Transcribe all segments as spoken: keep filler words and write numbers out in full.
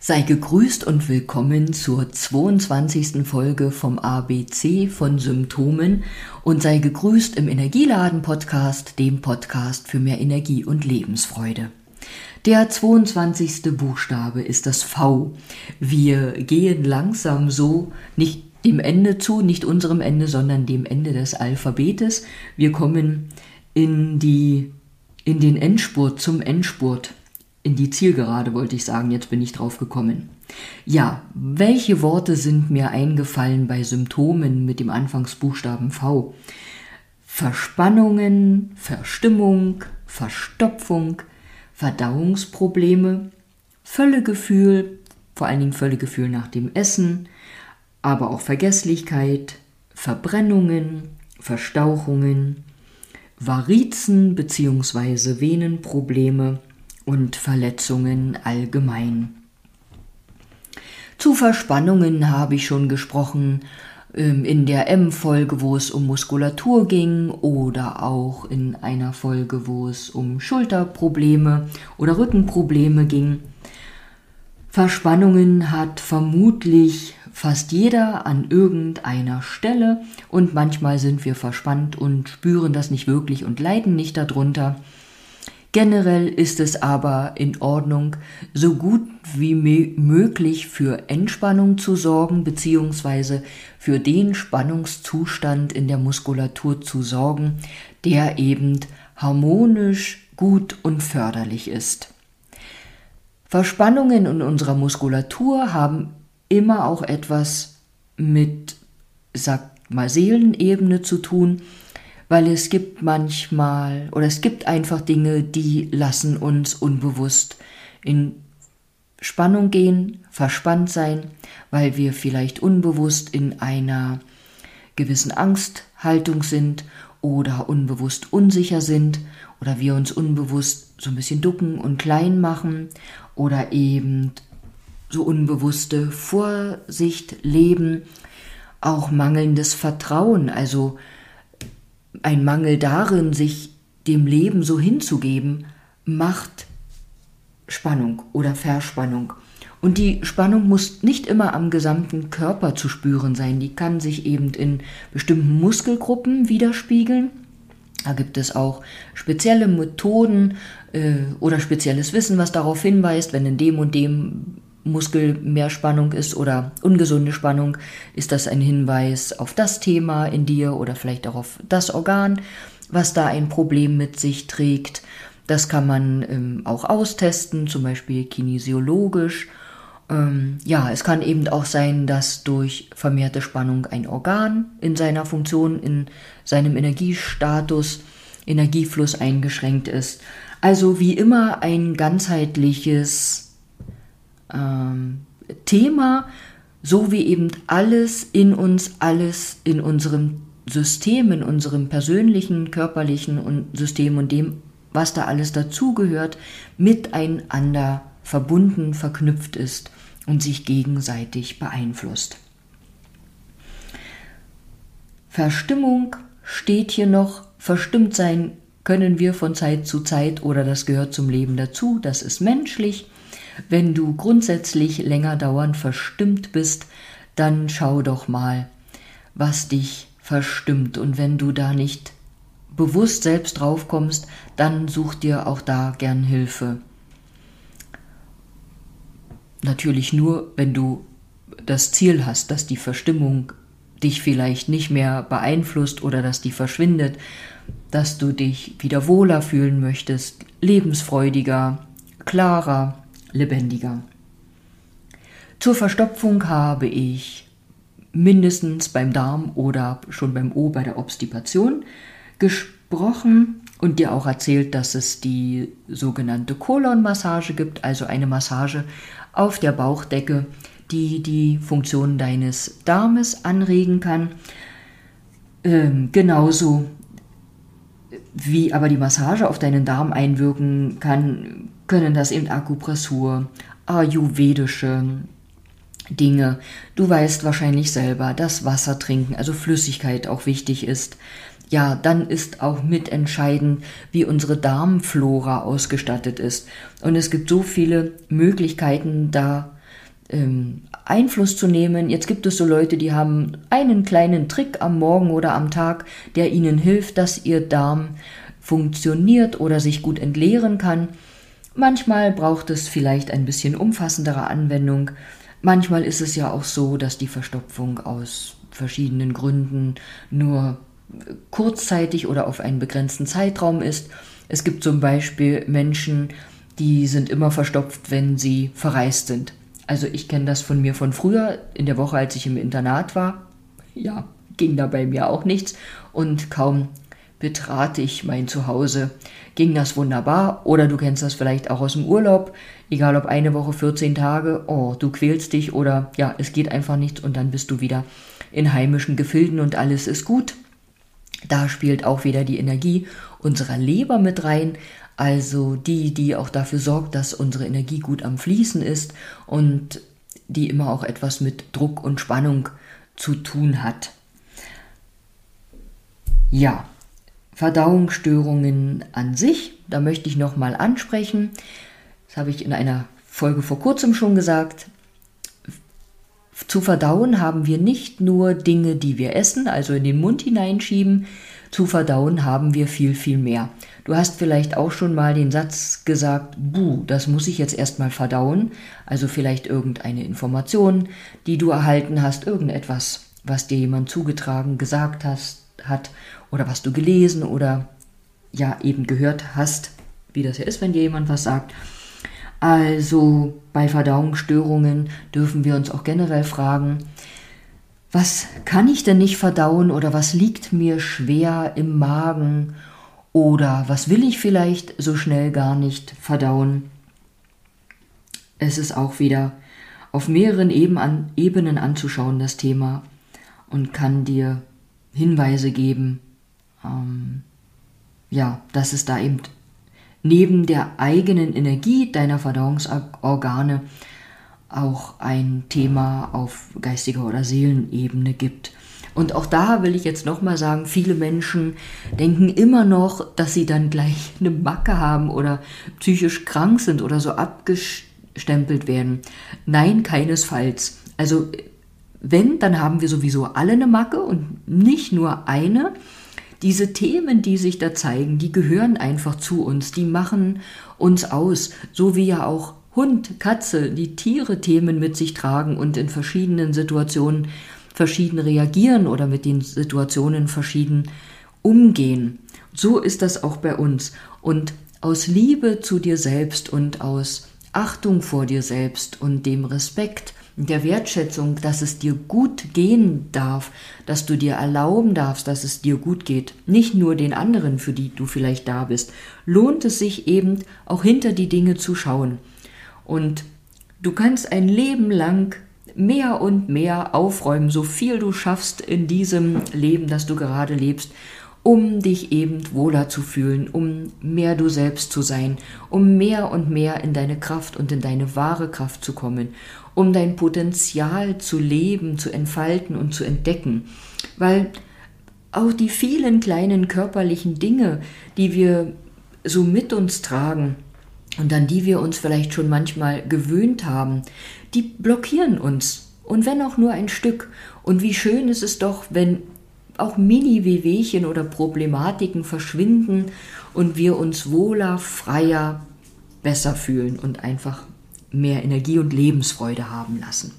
Sei gegrüßt und willkommen zur zweiundzwanzigsten Folge vom A B C von Symptomen und sei gegrüßt im Energieladen-Podcast, dem Podcast für mehr Energie und Lebensfreude. Der zweiundzwanzigste Buchstabe ist das V. Wir gehen langsam so nicht dem Ende zu, nicht unserem Ende, sondern dem Ende des Alphabetes. Wir kommen in die, in den Endspurt, zum Endspurt. In die Zielgerade wollte ich sagen, jetzt bin ich drauf gekommen. Ja, welche Worte sind mir eingefallen bei Symptomen mit dem Anfangsbuchstaben V? Verspannungen, Verstimmung, Verstopfung, Verdauungsprobleme, Völlegefühl, vor allen Dingen Völlegefühl nach dem Essen, aber auch Vergesslichkeit, Verbrennungen, Verstauchungen, Varizen bzw. Venenprobleme, und Verletzungen allgemein. Zu Verspannungen habe ich schon gesprochen ähm, in der M-Folge, wo es um Muskulatur ging, oder auch in einer Folge, wo es um Schulterprobleme oder Rückenprobleme ging. Verspannungen hat vermutlich fast jeder an irgendeiner Stelle und manchmal sind wir verspannt und spüren das nicht wirklich und leiden nicht darunter. Generell ist es aber in Ordnung, so gut wie möglich für Entspannung zu sorgen bzw. für den Spannungszustand in der Muskulatur zu sorgen, der eben harmonisch, gut und förderlich ist. Verspannungen in unserer Muskulatur haben immer auch etwas mit, sag mal, Seelenebene zu tun, weil es gibt manchmal, oder es gibt einfach Dinge, die lassen uns unbewusst in Spannung gehen, verspannt sein, weil wir vielleicht unbewusst in einer gewissen Angsthaltung sind oder unbewusst unsicher sind oder wir uns unbewusst so ein bisschen ducken und klein machen oder eben so unbewusste Vorsicht leben, auch mangelndes Vertrauen, also ein Mangel darin, sich dem Leben so hinzugeben, macht Spannung oder Verspannung. Und die Spannung muss nicht immer am gesamten Körper zu spüren sein. Die kann sich eben in bestimmten Muskelgruppen widerspiegeln. Da gibt es auch spezielle Methoden äh, oder spezielles Wissen, was darauf hinweist, wenn in dem und dem Muskel mehr Spannung ist oder ungesunde Spannung, ist das ein Hinweis auf das Thema in dir oder vielleicht auch auf das Organ, was da ein Problem mit sich trägt. Das kann man ähm, auch austesten, zum Beispiel kinesiologisch. Ähm, ja, es kann eben auch sein, dass durch vermehrte Spannung ein Organ in seiner Funktion, in seinem Energiestatus, Energiefluss eingeschränkt ist. Also wie immer ein ganzheitliches Thema, so wie eben alles in uns, alles in unserem System, in unserem persönlichen, körperlichen System und dem, was da alles dazugehört, miteinander verbunden, verknüpft ist und sich gegenseitig beeinflusst. Verstimmung steht hier noch. Verstimmt sein können wir von Zeit zu Zeit oder das gehört zum Leben dazu, das ist menschlich. Wenn du grundsätzlich länger dauernd verstimmt bist, dann schau doch mal, was dich verstimmt. Und wenn du da nicht bewusst selbst drauf kommst, dann such dir auch da gern Hilfe. Natürlich nur, wenn du das Ziel hast, dass die Verstimmung dich vielleicht nicht mehr beeinflusst oder dass die verschwindet, dass du dich wieder wohler fühlen möchtest, lebensfreudiger, klarer, lebendiger. Zur Verstopfung habe ich mindestens beim Darm oder schon beim O bei der Obstipation gesprochen und dir auch erzählt, dass es die sogenannte Kolonmassage gibt, also eine Massage auf der Bauchdecke, die die Funktion deines Darmes anregen kann. Ähm, genauso wie aber die Massage auf deinen Darm einwirken kann, können das eben Akupressur, ayurvedische Dinge. Du weißt wahrscheinlich selber, dass Wasser trinken, also Flüssigkeit auch wichtig ist. Ja, dann ist auch mitentscheidend, wie unsere Darmflora ausgestattet ist. Und es gibt so viele Möglichkeiten, da ähm, Einfluss zu nehmen. Jetzt gibt es so Leute, die haben einen kleinen Trick am Morgen oder am Tag, der ihnen hilft, dass ihr Darm funktioniert oder sich gut entleeren kann. Manchmal braucht es vielleicht ein bisschen umfassendere Anwendung. Manchmal ist es ja auch so, dass die Verstopfung aus verschiedenen Gründen nur kurzzeitig oder auf einen begrenzten Zeitraum ist. Es gibt zum Beispiel Menschen, die sind immer verstopft, wenn sie verreist sind. Also ich kenne das von mir von früher, in der Woche, als ich im Internat war. Ja, ging da bei mir auch nichts. Und kaum betrat ich mein Zuhause, ging das wunderbar. Oder du kennst das vielleicht auch aus dem Urlaub. Egal ob eine Woche, vierzehn Tage, oh, du quälst dich oder ja, es geht einfach nichts und dann bist du wieder in heimischen Gefilden und alles ist gut. Da spielt auch wieder die Energie unserer Leber mit rein, also die, die auch dafür sorgt, dass unsere Energie gut am Fließen ist und die immer auch etwas mit Druck und Spannung zu tun hat. Ja, Verdauungsstörungen an sich, da möchte ich nochmal ansprechen. Das habe ich in einer Folge vor kurzem schon gesagt. Zu verdauen haben wir nicht nur Dinge, die wir essen, also in den Mund hineinschieben. Zu verdauen haben wir viel, viel mehr. Du hast vielleicht auch schon mal den Satz gesagt, buh, das muss ich jetzt erstmal verdauen. Also vielleicht irgendeine Information, die du erhalten hast, irgendetwas, was dir jemand zugetragen, gesagt hast, hat oder was du gelesen oder ja eben gehört hast, wie das ja ist, wenn dir jemand was sagt. Also bei Verdauungsstörungen dürfen wir uns auch generell fragen, was kann ich denn nicht verdauen oder was liegt mir schwer im Magen oder was will ich vielleicht so schnell gar nicht verdauen. Es ist auch wieder auf mehreren Ebenen anzuschauen, das Thema, und kann dir Hinweise geben, ähm, ja, dass es da eben neben der eigenen Energie deiner Verdauungsorgane auch ein Thema auf geistiger oder Seelenebene gibt. Und auch da will ich jetzt nochmal sagen, viele Menschen denken immer noch, dass sie dann gleich eine Macke haben oder psychisch krank sind oder so abgestempelt werden. Nein, keinesfalls. Also wenn, dann haben wir sowieso alle eine Macke und nicht nur eine. Diese Themen, die sich da zeigen, die gehören einfach zu uns, die machen uns aus, so wie ja auch Hund, Katze, die Tiere Themen mit sich tragen und in verschiedenen Situationen verschieden reagieren oder mit den Situationen verschieden umgehen. So ist das auch bei uns. Und aus Liebe zu dir selbst und aus Achtung vor dir selbst und dem Respekt, der Wertschätzung, dass es dir gut gehen darf, dass du dir erlauben darfst, dass es dir gut geht, nicht nur den anderen, für die du vielleicht da bist, lohnt es sich eben auch hinter die Dinge zu schauen. Und du kannst ein Leben lang mehr und mehr aufräumen, so viel du schaffst in diesem Leben, das du gerade lebst, um dich eben wohler zu fühlen, um mehr du selbst zu sein, um mehr und mehr in deine Kraft und in deine wahre Kraft zu kommen, um dein Potenzial zu leben, zu entfalten und zu entdecken. Weil auch die vielen kleinen körperlichen Dinge, die wir so mit uns tragen und an die wir uns vielleicht schon manchmal gewöhnt haben, die blockieren uns. Und wenn auch nur ein Stück. Und wie schön ist es doch, wenn auch Mini-Wehwehchen oder Problematiken verschwinden und wir uns wohler, freier, besser fühlen und einfach mehr Energie und Lebensfreude haben lassen.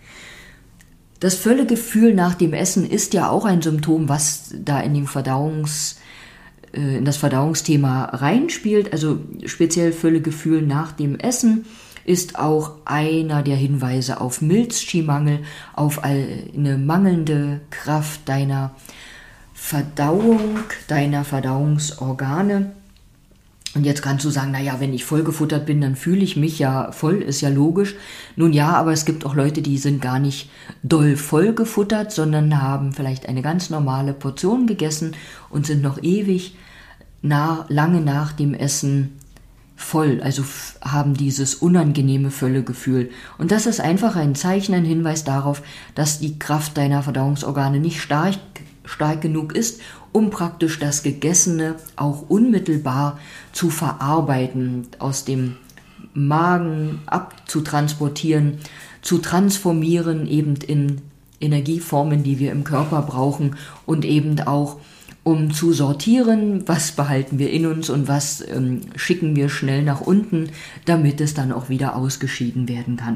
Das Völlegefühl nach dem Essen ist ja auch ein Symptom, was da in den Verdauungs, äh, in das Verdauungsthema reinspielt. Also speziell Völlegefühl nach dem Essen ist auch einer der Hinweise auf Milzschimangel, auf eine mangelnde Kraft deiner Verdauung, deiner Verdauungsorgane. Und jetzt kannst du sagen, naja, wenn ich vollgefuttert bin, dann fühle ich mich ja voll, ist ja logisch. Nun ja, aber es gibt auch Leute, die sind gar nicht doll vollgefuttert, sondern haben vielleicht eine ganz normale Portion gegessen und sind noch ewig nah, lange nach dem Essen voll, also f- haben dieses unangenehme Völlegefühl. Und das ist einfach ein Zeichen, ein Hinweis darauf, dass die Kraft deiner Verdauungsorgane nicht stark, stark genug ist, um praktisch das Gegessene auch unmittelbar zu verarbeiten, aus dem Magen abzutransportieren zu transformieren, eben in Energieformen, die wir im Körper brauchen und eben auch um zu sortieren, was behalten wir in uns und was ähm, schicken wir schnell nach unten, damit es dann auch wieder ausgeschieden werden kann.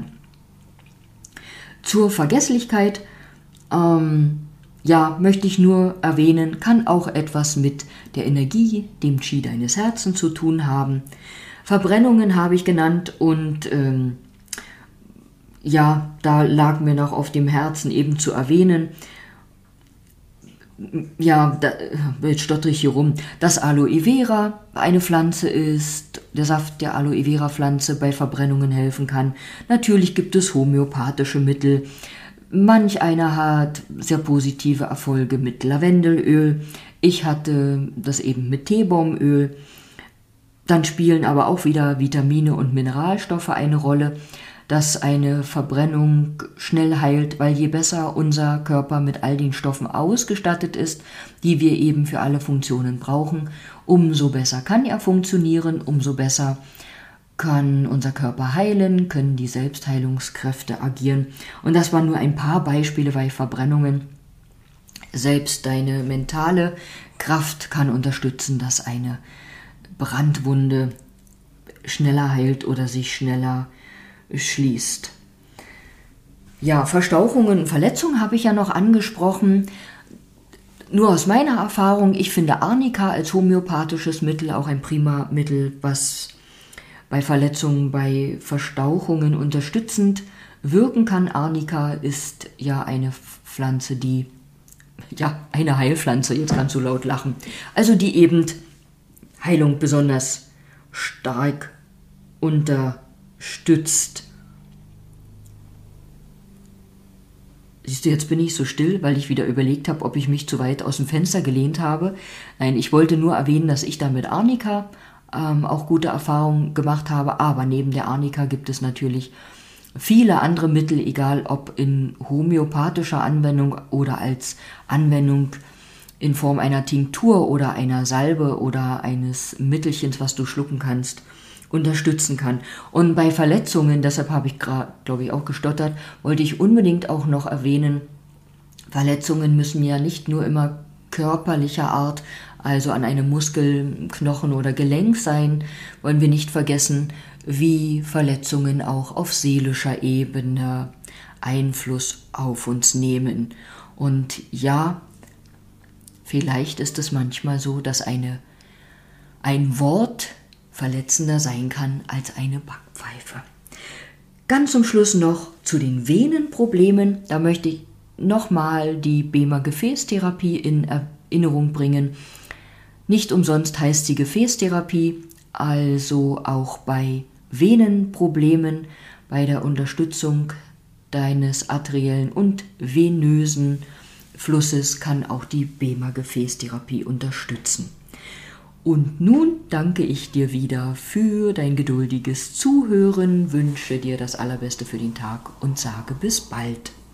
Zur Vergesslichkeit, ähm, ja, möchte ich nur erwähnen, kann auch etwas mit der Energie, dem Qi deines Herzens zu tun haben. Verbrennungen habe ich genannt und ähm, ja, da lag mir noch auf dem Herzen eben zu erwähnen, ja, da, jetzt stotter ich hier rum, dass Aloe Vera eine Pflanze ist, der Saft der Aloe Vera Pflanze bei Verbrennungen helfen kann. Natürlich gibt es homöopathische Mittel. Manch einer hat sehr positive Erfolge mit Lavendelöl. Ich hatte das eben mit Teebaumöl. Dann spielen aber auch wieder Vitamine und Mineralstoffe eine Rolle, dass eine Verbrennung schnell heilt, weil je besser unser Körper mit all den Stoffen ausgestattet ist, die wir eben für alle Funktionen brauchen, umso besser kann er funktionieren, umso besser kann unser Körper heilen, können die Selbstheilungskräfte agieren. Und das waren nur ein paar Beispiele bei Verbrennungen. Selbst deine mentale Kraft kann unterstützen, dass eine Brandwunde schneller heilt oder sich schneller schließt. Ja, Verstauchungen und Verletzungen habe ich ja noch angesprochen. Nur aus meiner Erfahrung, ich finde Arnika als homöopathisches Mittel auch ein prima Mittel, was bei Verletzungen, bei Verstauchungen unterstützend wirken kann. Arnika ist ja eine Pflanze, die, ja, eine Heilpflanze, jetzt kannst du laut lachen, also die eben Heilung besonders stark unterstützt. Siehst du, jetzt bin ich so still, weil ich wieder überlegt habe, ob ich mich zu weit aus dem Fenster gelehnt habe. Nein, ich wollte nur erwähnen, dass ich da mit Arnika ähm, auch gute Erfahrungen gemacht habe, aber neben der Arnika gibt es natürlich viele andere Mittel, egal ob in homöopathischer Anwendung oder als Anwendung in Form einer Tinktur oder einer Salbe oder eines Mittelchens, was du schlucken kannst, unterstützen kann. Und bei Verletzungen, deshalb habe ich gerade, glaube ich, auch gestottert, wollte ich unbedingt auch noch erwähnen, Verletzungen müssen ja nicht nur immer körperlicher Art, also an einem Muskel, Knochen oder Gelenk sein, wollen wir nicht vergessen, wie Verletzungen auch auf seelischer Ebene Einfluss auf uns nehmen. Und ja, vielleicht ist es manchmal so, dass eine, ein Wort verletzender sein kann als eine Backpfeife. Ganz zum Schluss noch zu den Venenproblemen. Da möchte ich nochmal die Bema-Gefäßtherapie in Erinnerung bringen. Nicht umsonst heißt sie Gefäßtherapie, also auch bei Venenproblemen, bei der Unterstützung deines arteriellen und venösen Flusses kann auch die Bema-Gefäßtherapie unterstützen. Und nun danke ich dir wieder für dein geduldiges Zuhören, wünsche dir das Allerbeste für den Tag und sage bis bald.